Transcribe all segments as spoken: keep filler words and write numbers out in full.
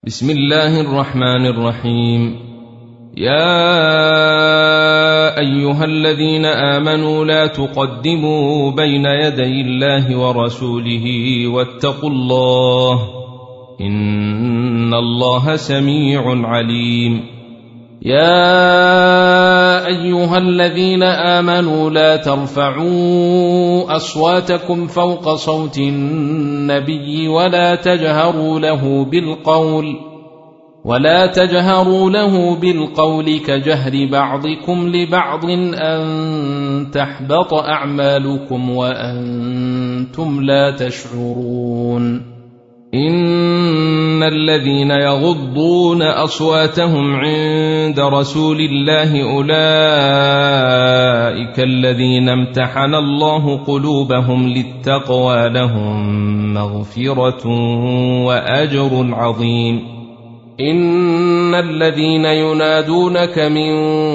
بسم الله الرحمن الرحيم. يا أيها الذين آمنوا لا تقدموا بين يدي الله ورسوله واتقوا الله إن الله سميع عليم. يا أيها الذين آمنوا لا ترفعوا أصواتكم فوق صوت النبي ولا تجهروا له بالقول ولا تجهروا له بالقول كجهر بعضكم لبعض أن تحبط أعمالكم وأنتم لا تشعرون. إن الذين يغضون أصواتهم عند رسول الله أولئك الذين امتحن الله قلوبهم للتقوى لهم مغفرة وأجر عظيم. إن الذين ينادونك من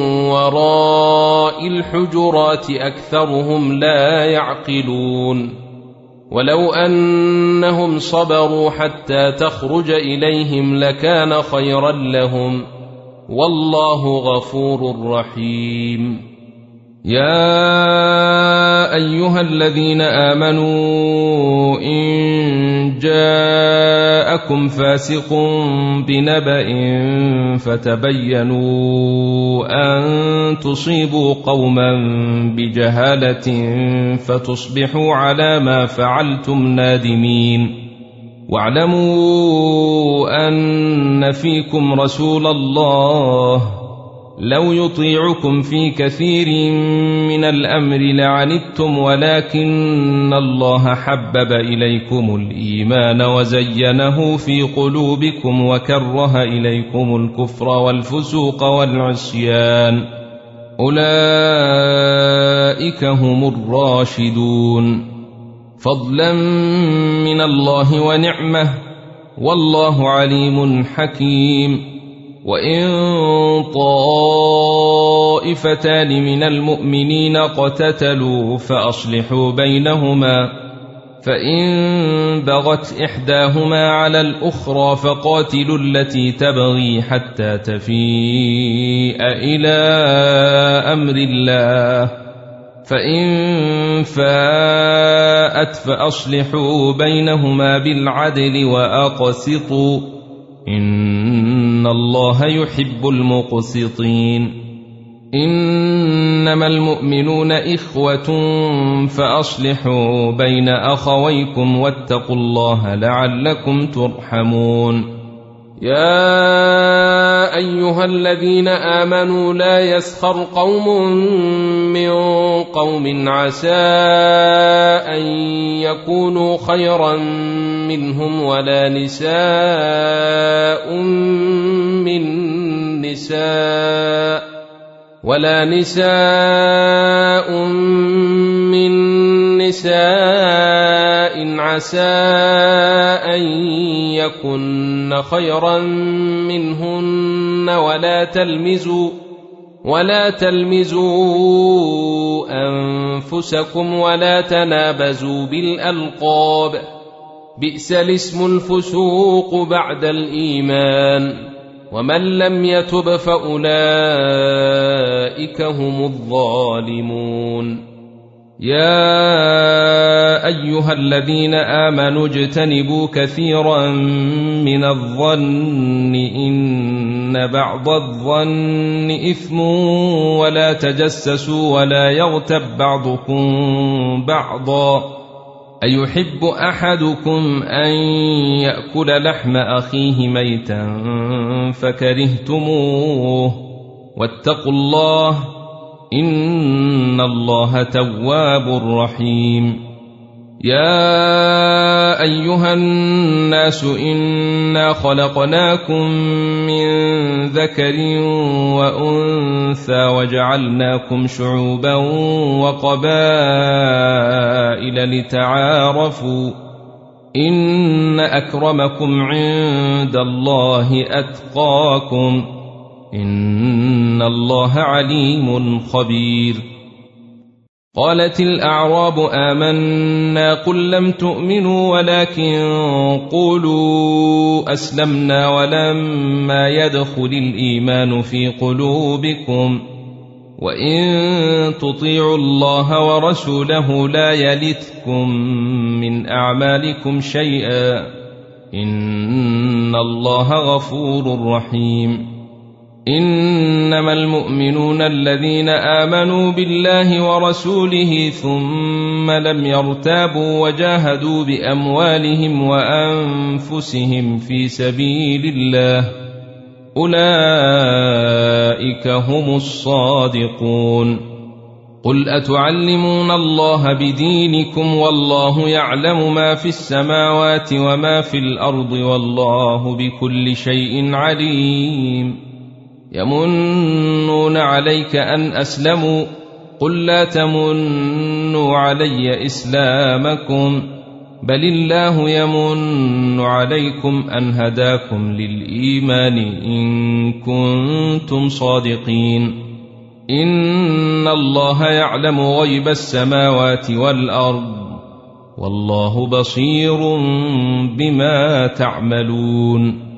وراء الحجرات أكثرهم لا يعقلون. ولو أنهم صبروا حتى تخرج إليهم لكان خيرا لهم والله غفور رحيم. يا أيها الذين آمنوا إن جاءكم فاسق بنبأ فتبينوا أن تصيبوا قوما بجهالة فتصبحوا على ما فعلتم نادمين. واعلموا أن فيكم رسول الله لو يطيعكم في كثير من الأمر لعنتم ولكن الله حبب إليكم الإيمان وزينه في قلوبكم وكره إليكم الكفر والفسوق والعصيان أولئك هم الراشدون فضلا من الله ونعمة والله عليم حكيم. وإن طائفتان من المؤمنين اقتتلوا فأصلحوا بينهما فإن بغت إحداهما على الأخرى فقاتلوا التي تبغي حتى تفيء إلى أمر الله فإن فاءت فأصلحوا بينهما بالعدل وأقسطوا إن الله يحب المقسطين. إنما المؤمنون إخوة فأصلحوا بين أخويكم واتقوا الله لعلكم ترحمون. يا أيها الذين آمنوا لا يسخر قوم من قوم عسى أن يكونوا خيرا منهم ولا نساء من نساء ولا نساء من نساء عسى أن يكن خيرا منهن ولا تلمزوا ولا تلمزوا أنفسكم ولا تنابزوا بالألقاب بئس الاسم الفسوق بعد الإيمان ومن لم يتب فأولئك هم الظالمون. يا أيها الذين آمنوا اجتنبوا كثيرا من الظن إن بعض الظن إثم ولا تجسسوا ولا يغتب بعضكم بعضا أيحب أحدكم أن يأكل لحم أخيه ميتا فكرهتموه واتقوا الله إن الله تواب رحيم. يا أيها الناس إنا خلقناكم من ذكر وأنثى وجعلناكم شعوبا وقبائل لتعارفوا إن أكرمكم عند الله أتقاكم إن الله عليم خبير. قالت الأعراب آمنا قل لم تؤمنوا ولكن قولوا أسلمنا ولما يدخل الإيمان في قلوبكم وإن تطيعوا الله ورسوله لا يلتكم من أعمالكم شيئا إن الله غفور رحيم. إنما المؤمنون الذين آمنوا بالله ورسوله ثم لم يرتابوا وجاهدوا بأموالهم وأنفسهم في سبيل الله أولئك هم الصادقون. قل أتعلمون الله بدينكم والله يعلم ما في السماوات وما في الأرض والله بكل شيء عليم. يمنون عليك أن أسلموا قل لا تمنوا علي إسلامكم بل الله يمن عليكم أن هداكم للإيمان إن كنتم صادقين. إن الله يعلم غيب السماوات والأرض والله بصير بما تعملون.